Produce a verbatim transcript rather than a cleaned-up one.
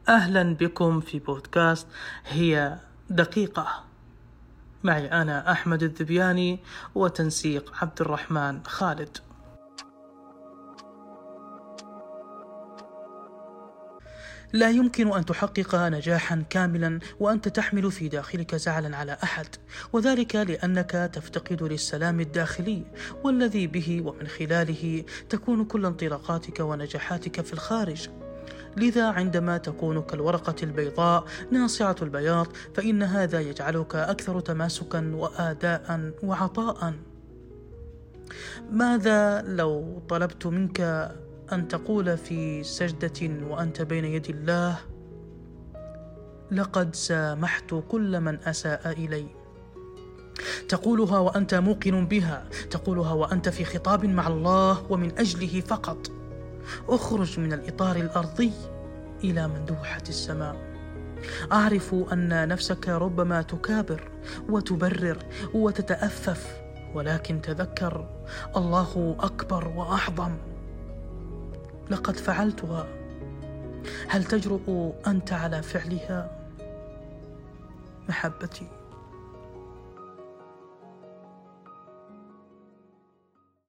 أهلا بكم في بودكاست هي دقيقة، معي أنا أحمد الذبياني وتنسيق عبد الرحمن خالد. لا يمكن أن تحقق نجاحا كاملا وأنت تحمل في داخلك زعلا على أحد، وذلك لأنك تفتقد للسلام الداخلي والذي به ومن خلاله تكون كل انطلاقاتك ونجاحاتك في الخارج. لذا عندما تكون كالورقة البيضاء ناصعة البياض فإن هذا يجعلك أكثر تماسكا وآداء وعطاء. ماذا لو طلبت منك أن تقول في سجدة وأنت بين يدي الله: لقد سامحت كل من أساء إلي؟ تقولها وأنت موقن بها، تقولها وأنت في خطاب مع الله ومن أجله فقط. اخرج من الإطار الأرضي إلى مندوحة السماء. أعرف أن نفسك ربما تكابر وتبرر وتتأفف، ولكن تذكر الله أكبر وأعظم. لقد فعلتها، هل تجرؤ أنت على فعلها؟ محبتي.